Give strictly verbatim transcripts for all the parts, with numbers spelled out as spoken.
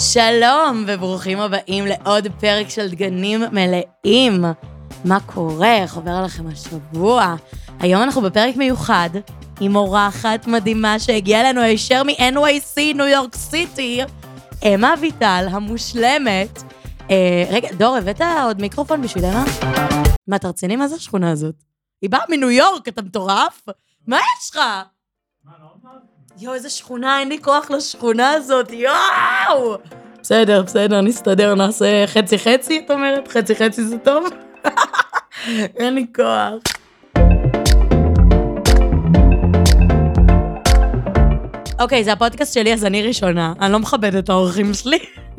שלום וברוכים הבאים לעוד פרק של דגנים מלאים. מה קורה? איך עובר לכם השבוע? היום אנחנו בפרק מיוחד עם אורחת מדהימה שהגיעה אלינו הישר מ-אן וואי סי, ניו יורק סיטי, אמה אביטל המושלמת. אה, רגע, דור, הבאת עוד מיקרופון בשבילנו? מה, אתה רציני? מה זה השכונה הזאת? היא באה מניו יורק, אתה מטורף? מה יש לך? יואו, איזה שכונה, אין לי כוח לשכונה הזאת, יואו! בסדר, בסדר, נסתדר, נעשה חצי חצי, את אומרת? חצי חצי זה טוב? אין לי כוח. אוקיי, זה הפודקאסט שלי, אז אני ראשונה. אני לא מכבדת את האורחים שלי.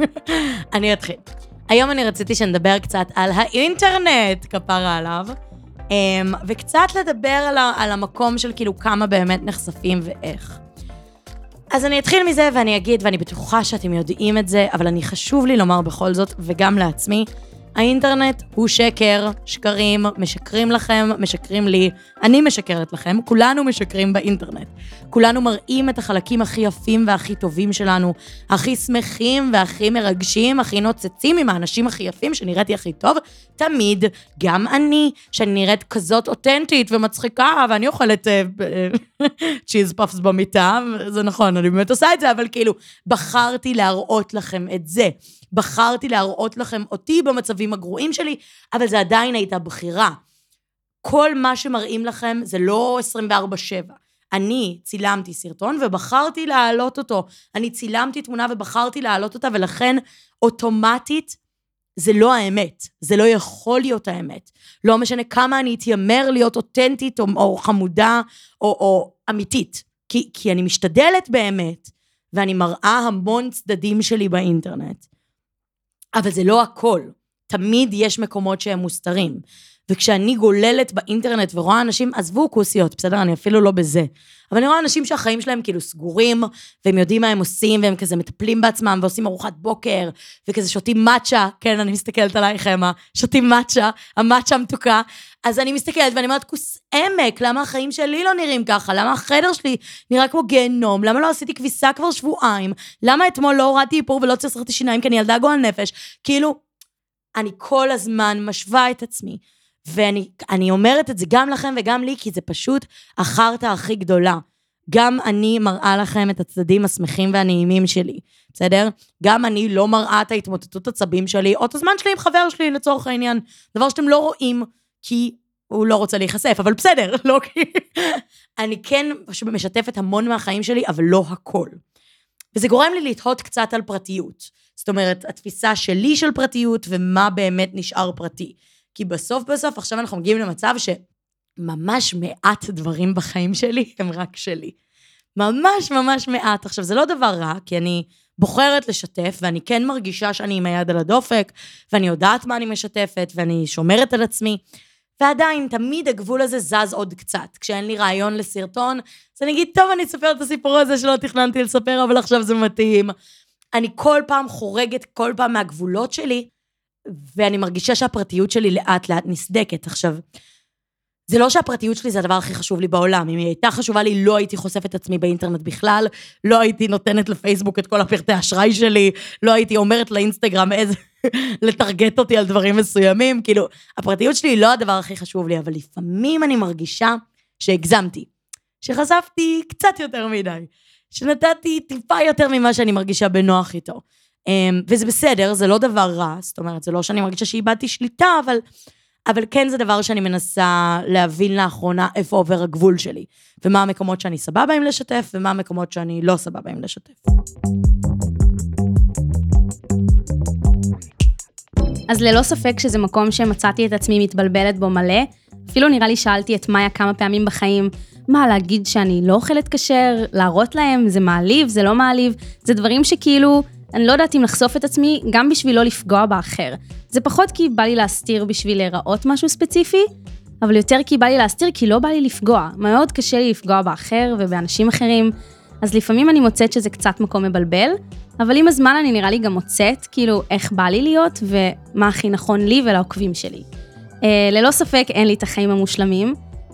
אני אתחיל. היום אני רציתי שנדבר קצת על האינטרנט, כפרה עליו, וקצת לדבר על המקום של כאילו כמה באמת נחשפים ואיך. אז אני אתחיל מזה ואני אגיד, ואני בטוחה שאתם יודעים את זה, אבל אני חשוב לי לומר בכל זאת, וגם לעצמי, האינטרנט הוא שקר, שקרים, משקרים לכם, משקרים לי, אני משקרת לכם, כולנו משקרים באינטרנט. כולנו מראים את החלקים הכי יפים והכי טובים שלנו, הכי שמחים והכי מרגשים, הכי נוצצים עם האנשים הכי יפים שנראיתי הכי טוב, תמיד, גם אני, שאני נראית כזאת אותנטית ומצחיקה, ואני אוכלת צ'יז פאפס במיטה, זה נכון, אני באמת עושה את זה, אבל כאילו, בחרתי להראות לכם את זה. בחרתי להראות לכם אותי במצבים הגרועים שלי, אבל זה עדיין הייתה בחירה. כל מה שמראים לכם זה לא עשרים וארבע שבע. אני צילמתי סרטון ובחרתי להעלות אותו. אני צילמתי תמונה ובחרתי להעלות אותה, ולכן אוטומטית זה לא האמת. זה לא יכול להיות האמת. לא משנה כמה אני אתיימר להיות אותנטית או, או חמודה או, או אמיתית. כי, כי אני משתדלת באמת, ואני מראה המון צדדים שלי באינטרנט. אבל זה לא הכל. תמיד יש מקומות שהם מוסתרים. וכשאני גוללת באינטרנט ורואה אנשים, עזבו כוסיות, בסדר? אני אפילו לא בזה. אבל אני רואה אנשים שהחיים שלהם כאילו סגורים, והם יודעים מה הם עושים, והם כזה מטפלים בעצמם, ועושים ארוחת בוקר, וכזה שותים מאצ'ה, כן, אני מסתכלת עלייך, אמה, שותים מאצ'ה, המאצ'ה המתוקה, אז אני מסתכלת, ואני אומרת, כוס עמק, למה החיים שלי לא נראים ככה? למה החדר שלי נראה כמו גיהנום? למה לא עשיתי כביסה כבר שבועיים? למה אתמול לא הורדתי איפור ולא צסרתי שיניים, כי אני ילדה גועל נפש? כאילו, אני כל הזמן משווה את עצמי, ואני אני אומרת את זה גם לכם וגם לי, כי זה פשוט החרטה הכי גדולה. גם אני מראה לכם את הצדדים השמחים והנעימים שלי, בסדר? גם אני לא מראה את ההתמוטטות עצבים שלי, או את הזמן שלי עם חבר שלי לצורך העניין, דבר שאתם לא רואים, כי הוא לא רוצה להיחשף, אבל בסדר, לא כי... אני כן משתפת המון מהחיים שלי, אבל לא הכל. וזה גורם לי לתהות קצת על פרטיות. זאת אומרת, התפיסה שלי של פרטיות, ומה באמת נשאר פרטי. כי בסוף בסוף, עכשיו אנחנו מגיעים למצב שממש מעט דברים בחיים שלי הם רק שלי. ממש ממש מעט. עכשיו, זה לא דבר רע, כי אני בוחרת לשתף, ואני כן מרגישה שאני עם היד על הדופק, ואני יודעת מה אני משתפת, ואני שומרת על עצמי, ועדיין, תמיד הגבול הזה זז עוד קצת. כשאין לי רעיון לסרטון, אז אני אגיד, טוב, אני אספר את הסיפור הזה שלא תכננתי לספר, אבל עכשיו זה מתאים. אני כל פעם חורגת, כל פעם מהגבולות שלי, ואני מרגישה שהפרטיות שלי לאט לאט נסדקת. עכשיו, זה לא שהפרטיות שלי זה הדבר הכי חשוב לי בעולם. אם היא הייתה חשובה לי, לא הייתי חושפת את עצמי באינטרנט בכלל, לא הייתי נותנת לפייסבוק את כל הפרטי אשראי שלי, לא הייתי אומרת לאינסטגרם איזה, לטרגט אותי על דברים מסוימים, כאילו, הפרטיות שלי היא לא הדבר הכי חשוב לי, אבל לפעמים אני מרגישה שהגזמתי, שחשפתי קצת יותר מדי, שנתתי טיפה יותר ממה שאני מרגישה בנוח איתו. וזה בסדר, זה לא דבר רע, זאת אומרת, זה לא שאני מרגישה שאיבדתי שליטה, אבל, אבל כן זה דבר שאני מנסה להבין לאחרונה איפה עובר הגבול שלי, ומה המקומות שאני סבבה עם לשתף, ומה המקומות שאני לא סבבה עם לשתף. אז ללא ספק שזה מקום שמצאתי את עצמי מתבלבלת בו מלא, אפילו נראה לי שאלתי את מאיה כמה פעמים בחיים, מה, להגיד שאני לא אוכלת כשר, להראות להם, זה מעליב, זה לא מעליב, זה דברים שכאילו, אני לא יודעת אם לחשוף את עצמי, גם בשביל לא לפגוע באחר. זה פחות כי בא לי להסתיר בשביל להיראות משהו ספציפי, אבל יותר כי בא לי להסתיר, כי לא בא לי לפגוע. מאוד קשה לי לפגוע באחר ובאנשים אחרים, אז לפעמים אני מוצאת שזה קצת מקום מבלבל, אבל עם הזמן אני נראה לי גם מוצאת, כאילו, איך בא לי להיות ומה הכי נכון לי ולעוקבים שלי. ללא ספק אין לי את החיים המושלמים,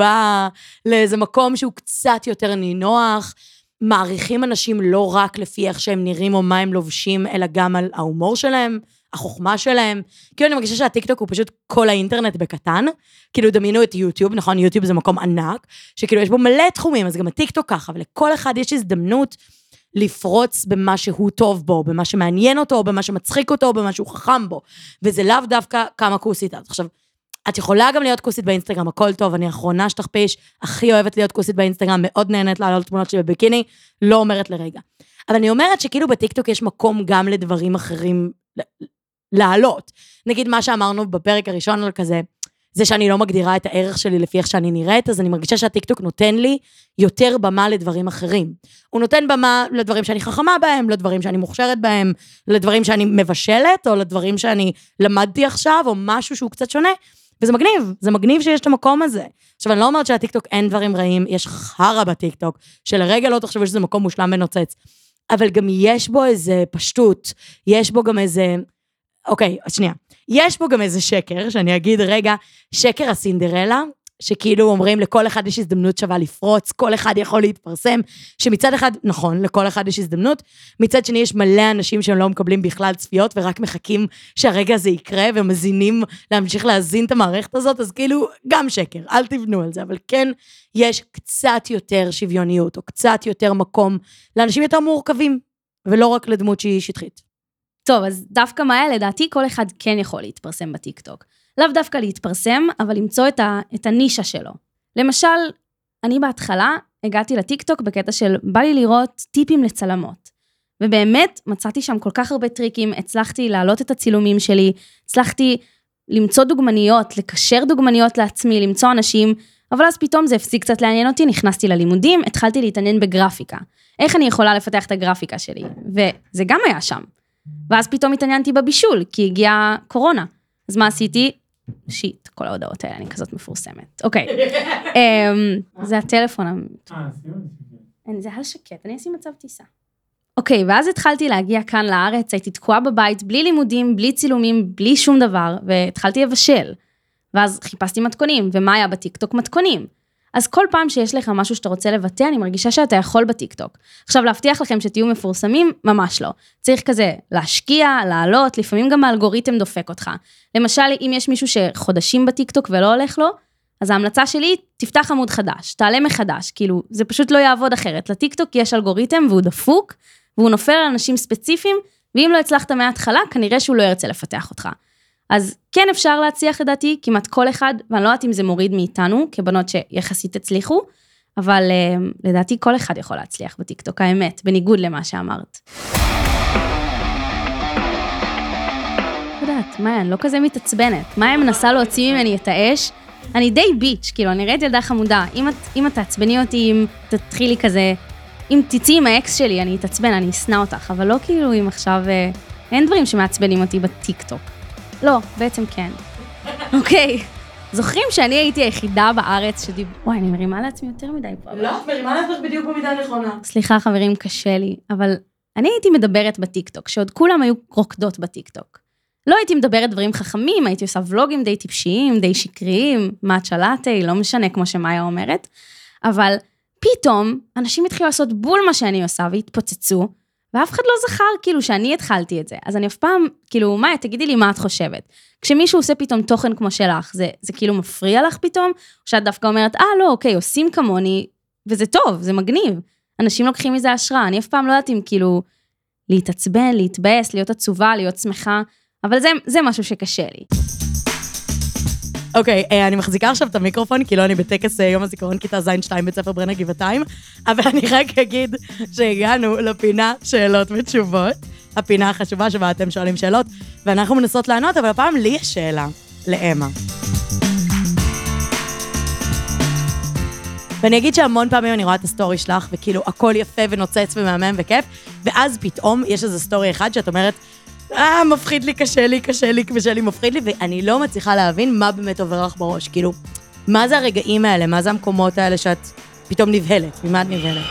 בתגובה לאיזה מקום שהוא קצת יותר נינוח, מעריכים אנשים לא רק לפי איך שהם נראים או מה הם לובשים, אלא גם על ההומור שלהם, החוכמה שלהם, כאילו אני מרגישה שהטיקטוק הוא פשוט כל האינטרנט בקטן, כאילו דמיינו את יוטיוב, נכון, יוטיוב זה מקום ענק, שכאילו יש בו מלא תחומים, אז גם הטיקטוק ככה, ולכל אחד יש הזדמנות לפרוץ במה שהוא טוב בו, במה שמעניין אותו, במה שמצחיק אותו, במה שהוא חכם בו, וזה לאו דווקא כמה כוסית. עכשיו, את יכולה גם להיות כוסית באינסטגרם, הכל טוב, אני האחרונה שתכפיש, הכי אוהבת להיות כוסית באינסטגרם, מאוד נהנית לעלות תמונות שלי בביקיני, לא אומרת לרגע. אבל אני אומרת שכאילו בטיקטוק יש מקום גם לדברים אחרים לעלות. נגיד מה שאמרנו בפרק הראשון על כזה, זה שאני לא מגדירה את הערך שלי לפי איך שאני נראית, אז אני מרגישה שהטיקטוק נותן לי יותר במה לדברים אחרים. הוא נותן במה לדברים שאני חכמה בהם, לדברים שאני מוכשרת בהם, לדברים שאני מבשלת, או לדברים שאני למדתי עכשיו, או משהו שהוא קצת שונה, וזה מגניב, זה מגניב שיש את המקום הזה. עכשיו, אני לא אומרת שהטיקטוק אין דברים רעים, יש חרה בטיקטוק, שלרגע לא תחשבו שזה מקום מושלם ונוצץ, אבל גם יש בו איזה פשטות, יש בו גם איזה, אוקיי, שנייה, יש בו גם איזה שקר, שאני אגיד רגע, שקר הסינדרלה, שכאילו אומרים לכל אחד יש הזדמנות שווה לפרוץ, כל אחד יכול להתפרסם, שמצד אחד, נכון, לכל אחד יש הזדמנות, מצד שני יש מלא אנשים שהם לא מקבלים בכלל צפיות, ורק מחכים שהרגע הזה יקרה, ומזינים להמשיך להזין את המערכת הזאת, אז כאילו, גם שקר, אל תבנו על זה, אבל כן, יש קצת יותר שוויוניות, או קצת יותר מקום לאנשים יותר מורכבים, ולא רק לדמות שהיא שטחית. טוב, אז דווקא מה, לדעתי כל אחד כן יכול להתפרסם בטיקטוק. לאו דווקא להתפרסם, אבל למצוא את, ה, את הנישה שלו. למשל, אני בהתחלה הגעתי לטיקטוק בקטע של בא לי לראות טיפים לצלמות. ובאמת מצאתי שם כל כך הרבה טריקים, הצלחתי להעלות את הצילומים שלי, הצלחתי למצוא דוגמניות, לקשר דוגמניות לעצמי, למצוא אנשים, אבל אז פתאום זה הפסיק קצת לעניין אותי, נכנסתי ללימודים, התחלתי להתעניין בגרפיקה. איך אני יכולה לפתח את הגרפיקה שלי? וזה גם היה שם. ואז פתאום התעניינתי בבישול, כי הגיעה קורונה. אז מה עשיתי? שיט, כל ההודעות האלה, אני כזאת מפורסמת. אוקיי. זה הטלפון. זה היה שקט, אני אשים מצב טיסה. אוקיי, ואז התחלתי להגיע כאן לארץ, הייתי תקועה בבית, בלי לימודים, בלי צילומים, בלי שום דבר, והתחלתי לבשל. ואז חיפשתי מתכונים, ומה היה בטיקטוק? מתכונים. אז כל פעם שיש לך משהו שאתה רוצה לבטא, אני מרגישה שאתה יכול בטיקטוק. עכשיו, להבטיח לכם שתהיו מפורסמים, ממש לא. צריך כזה להשקיע, לעלות, לפעמים גם האלגוריתם דופק אותך. למשל, אם יש מישהו שחודשים בטיקטוק ולא הולך לו, אז ההמלצה שלי, תפתח עמוד חדש, תעלה מחדש, כאילו, זה פשוט לא יעבוד אחרת. לטיקטוק יש אלגוריתם והוא דפוק, והוא נופל על אנשים ספציפיים, ואם לא הצלחת מההתחלה, כנראה שהוא לא ירצה לפתח אותך. אז כן אפשר להצליח לדעתי, כמעט כל אחד, ואני לא יודעת אם זה מוריד מאיתנו, כבנות שיחסית הצליחו, אבל uh, לדעתי כל אחד יכול להצליח בטיקטוק, האמת, בניגוד למה שאמרת. לא יודעת, מה, אני לא כזה מתעצבנת, מה אני מנסה להוציא ממני את האש? אני די ביץ', כאילו, אני ראיתי ילדה חמודה, אם את, אם את תעצבני אותי, אם תתחילי כזה, אם תצאי עם האקס שלי, אני אתעצבן, אני אסנע אותך, אבל לא כאילו אם עכשיו, uh, אין דברים שמעצבנים אותי בטיקטוק. לא, בעצם כן. אוקיי. זוכרים שאני הייתי היחידה בארץ שדיב... וואי, אני מרימה לעצמי יותר מדי פה. לא, מרימה לעצמך בדיוק במידה נכונה. סליחה, חברים, קשה לי, אבל אני הייתי מדברת בטיקטוק, שעוד כולם היו רוקדות בטיקטוק. לא הייתי מדברת דברים חכמים, הייתי עושה ולוגים די טיפשיים, די שקריים, מאצ'ה לאטה, לא משנה כמו שמאיה אומרת, אבל פתאום אנשים התחילו לעשות בול מה שאני עושה והתפוצצו, ואף אחד לא זכר כאילו שאני התחלתי את זה. אז אני אף פעם, כאילו, מאיה, תגידי לי מה את חושבת. כשמישהו עושה פתאום תוכן כמו שלך, זה, זה כאילו מפריע לך פתאום, או שאת דווקא אומרת, אה, לא, אוקיי, עושים כמוני, וזה טוב, זה מגניב. אנשים לוקחים מזה השראה, אני אף פעם לא יודעת אם כאילו, להתעצבן, להתבאס, להיות עצובה, להיות שמחה, אבל זה, זה משהו שקשה לי. אוקיי, okay, אני מחזיקה עכשיו את המיקרופון, כי לא אני בטקס יום הזיכרון כיתה זין שתיים בית ספר ברנר גבעתיים, אבל אני רק אגיד שהגענו לפינה שאלות ותשובות, הפינה החשובה שבה אתם שואלים שאלות, ואנחנו מנסות לענות, אבל הפעם לי יש שאלה, לאמה. ואני אגיד שהמון פעמים אני רואה את הסטורי שלך, וכאילו הכל יפה ונוצץ ומהמם וכיף, ואז פתאום יש איזה סטורי אחד שאת אומרת, אה, מפחיד לי, קשה לי, קשה לי, קשה לי, מפחיד לי, ואני לא מצליחה להבין מה באמת עובר לך בראש. כאילו, מה זה הרגעים האלה, מה זה המקומות האלה שאת פתאום נבהלת, ממה את נבהלת?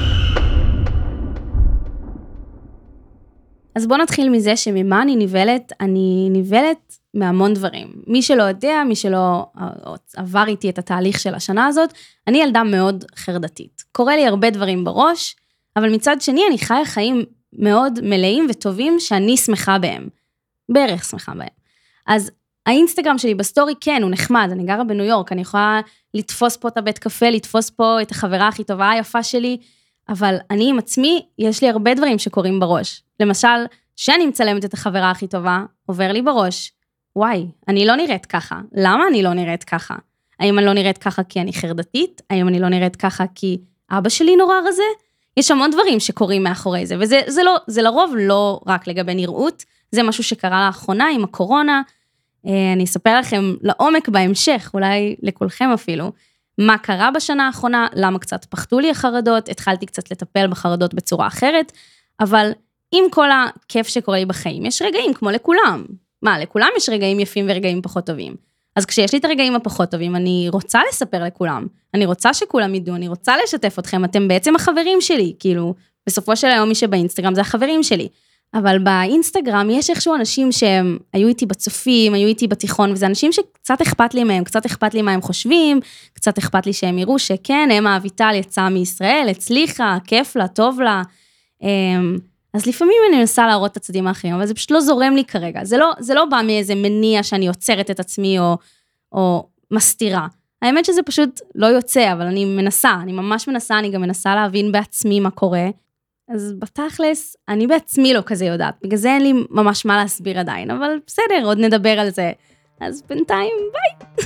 אז בוא נתחיל מזה שממה אני נבהלת, אני נבהלת מהמון דברים. מי שלא יודע, מי שלא עבר איתי את התהליך של השנה הזאת, אני ילדה מאוד חרדתית. קורה לי הרבה דברים בראש, אבל מצד שני אני חיה חיים מאוד מלאים וטובים שאני שמחה בהם. בערך שמחה בהם. אז האינסטגרם שלי בסטורי, כן, הוא נחמד, אני גרה בניו יורק, אני יכולה לתפוס פה את הבית קפה, לתפוס פה את החברה הכי טובה, היפה שלי, אבל אני עם עצמי, יש לי הרבה דברים שקורים בראש. למשל, שאני מצלמת את החברה הכי טובה, עובר לי בראש, וואי, אני לא נראית ככה. למה אני לא נראית ככה? האם אני לא נראית ככה כי אני חרדתית? האם אני לא נראית ככה כי אבא שלי נורא רזה? יש המון דברים שקורים מאחורי זה, וזה זה לא, זה לרוב לא רק לגבי נראות, זה משהו שקרה לאחרונה עם הקורונה. אני אספר לכם לעומק בהמשך, אולי לכולכם אפילו, מה קרה בשנה האחרונה, למה קצת פחתו לי החרדות, התחלתי קצת לטפל בחרדות בצורה אחרת, אבל עם כל הכיף שקורה לי בחיים, יש רגעים כמו לכולם. מה, לכולם יש רגעים יפים ורגעים פחות טובים. אז כשיש לי את הרגעים הפחות טובים, אני רוצה לספר לכולם, אני רוצה שכולם ידעו, אני רוצה לשתף אתכם, אתם בעצם החברים שלי, כאילו, בסופו של היום מי שבאינסטגרם זה החברים שלי, אבל באינסטגרם יש איכשהו אנשים שהם היו איתי בצופים, היו איתי בתיכון, וזה אנשים שקצת אכפת לי מהם, קצת אכפת לי מה הם חושבים, קצת אכפת לי שהם יראו שכן, אמה אביטל יצאה מישראל, הצליחה, כיף לה, טוב לה, אז לפעמים אני מנסה להראות את הצדים האחרים, אבל זה פשוט לא זורם לי כרגע, זה לא, זה לא בא מאיזה מניע שאני יוצרת את עצמי או, או מסתירה. האמת שזה פשוט לא יוצא, אבל אני מנסה, אני ממש מנסה, אני גם מנסה להבין בעצמי מה קורה, אז בתכלס, אני בעצמי לא כזה יודעת, בגלל זה אין לי ממש מה להסביר עדיין, אבל בסדר, עוד נדבר על זה. אז בינתיים, ביי.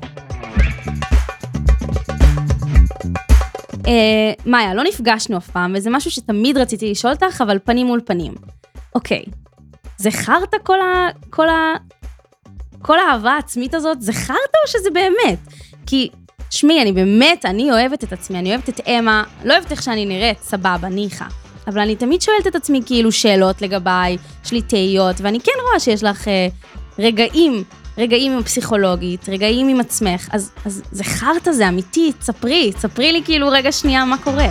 uh, מאיה, לא נפגשנו אף פעם, וזה משהו שתמיד רציתי לשאול אותך, אבל פנים מול פנים. אוקיי, זה חרת כל ה... כל ה... כל האהבה העצמית הזאת, זה חרת או שזה באמת? כי, שמי, אני באמת, אני אוהבת את עצמי, אני אוהבת את אמה, לא אוהבת איך שאני נראית, סבבה, ניחה. אבל אני תמיד שואלת את עצמי כאילו שאלות לגביי, יש לי תהיות, ואני כן רואה שיש לך אה, רגעים, רגעים עם הפסיכולוגית, רגעים עם עצמך, אז, אז זה חרת, זה אמיתי, תספרי, תספרי לי כאילו רגע שנייה מה קורה.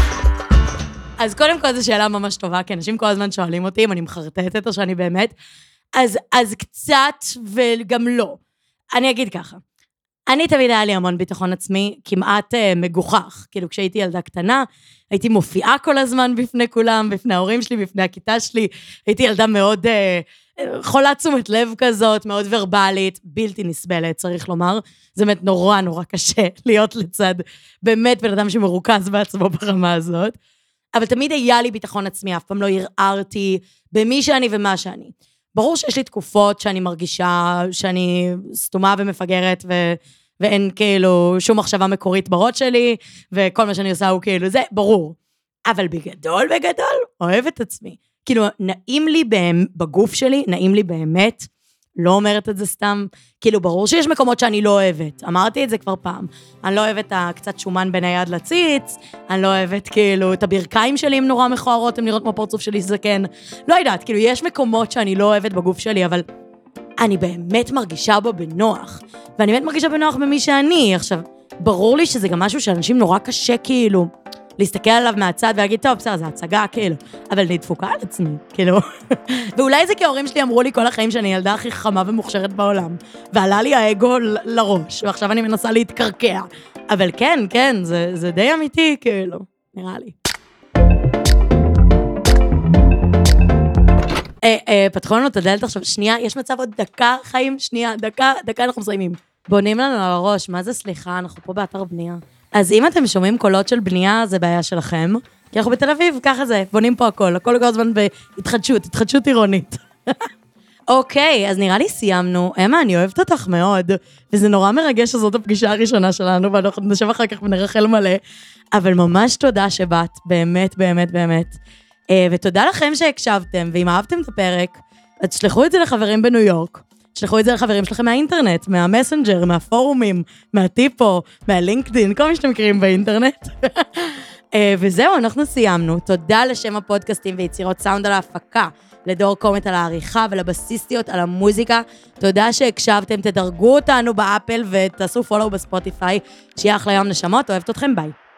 אז קודם כל זו שאלה ממש טובה, כי אנשים כל הזמן שואלים אותי אם אני מחרטטת או שאני באמת, אז, אז קצת וגם לא. אני אגיד ככה, אני תמיד היה לי המון ביטחון עצמי, כמעט אה, מגוחך, כאילו כשהייתי ילדה קטנה, הייתי מופיעה כל הזמן בפני כולם, בפני ההורים שלי, בפני הכיתה שלי, הייתי ילדה מאוד אה, חולת תשומת לב כזאת, מאוד ורבלית, בלתי נסבלת, צריך לומר, זה באמת נורא נורא קשה להיות לצד, באמת בן אדם שמרוכז בעצמו ברמה הזאת, אבל תמיד היה לי ביטחון עצמי, אף פעם לא הרערתי במי שאני ומה שאני. ברור שיש לי תקופות שאני מרגישה שאני סתומה ומפגרת, ו... ואין כאילו שום מחשבה מקורית בראש שלי, וכל מה שאני עושה הוא כאילו זה, ברור. אבל בגדול, בגדול, אוהב את עצמי. כאילו, נעים לי בגוף שלי, נעים לי באמת, לא אומרת את זה סתם, כאילו, ברור שיש מקומות שאני לא אוהבת, אמרתי את זה כבר פעם, אני לא אוהבת קצת שומן בין היד לציץ, אני לא אוהבת כאילו, את הברכיים שלי הם נורא מכוערות, הם נראות כמו פרצוף שלי זקן, לא יודעת, כאילו, יש מקומות שאני לא אוהבת בגוף שלי, אבל אני באמת מרגישה בו בנוח, ואני באמת מרגישה בנוח במי שאני, עכשיו, ברור לי שזה גם משהו שאנשים נורא קשה כאילו, להסתכל עליו מהצד ולהגיד, טוב, בסדר, זה הצגה, כאילו, אבל אני דפוקה על עצמי, כאילו, ואולי זה כי ההורים שלי אמרו לי כל החיים שאני ילדה הכי חמה ומוכשרת בעולם, ועלה לי האגו ל- לראש, ועכשיו אני מנסה להתקרקע, אבל כן, כן, זה, זה די אמיתי, כאילו, נראה לי. אה, אה, פתחו לנו את הדלת עכשיו, שנייה, יש מצב עוד דקה, חיים, שנייה, דקה, דקה אנחנו מסיימים. בונים לנו על הראש, מה זה סליחה, אנחנו פה באתר בנייה. אז אם אתם שומעים קולות של בנייה, זה בעיה שלכם, כי אנחנו בתל אביב, ככה זה, בונים פה הכל, הכל כל הזמן בהתחדשות, התחדשות עירונית. אוקיי, אז נראה לי סיימנו, אמה, אני אוהבת אותך מאוד, וזה נורא מרגש שזאת הפגישה הראשונה שלנו, ואנחנו נשב אחר כך ונרחל מלא, אבל ממש תודה שבאת, באמת, באמת, באמת. ותודה לכם שהקשבתם, ואם אהבתם את הפרק, אז תשלחו את זה לחברים בניו יורק, תשלחו את זה לחברים שלכם מהאינטרנט, מהמסנג'ר, מהפורומים, מהטיפו, מהלינקדין, כל מי שאתם מכירים באינטרנט. וזהו, אנחנו סיימנו. תודה לשם הפודקאסטים ויצירות סאונד על ההפקה, לדור קומט על העריכה ולבסיסטיות על המוזיקה. תודה שהקשבתם, תדרגו אותנו באפל ותעשו פולו בספוטיפיי. שיהיה אחלה יום נשמות, אוהבת אתכם, ביי.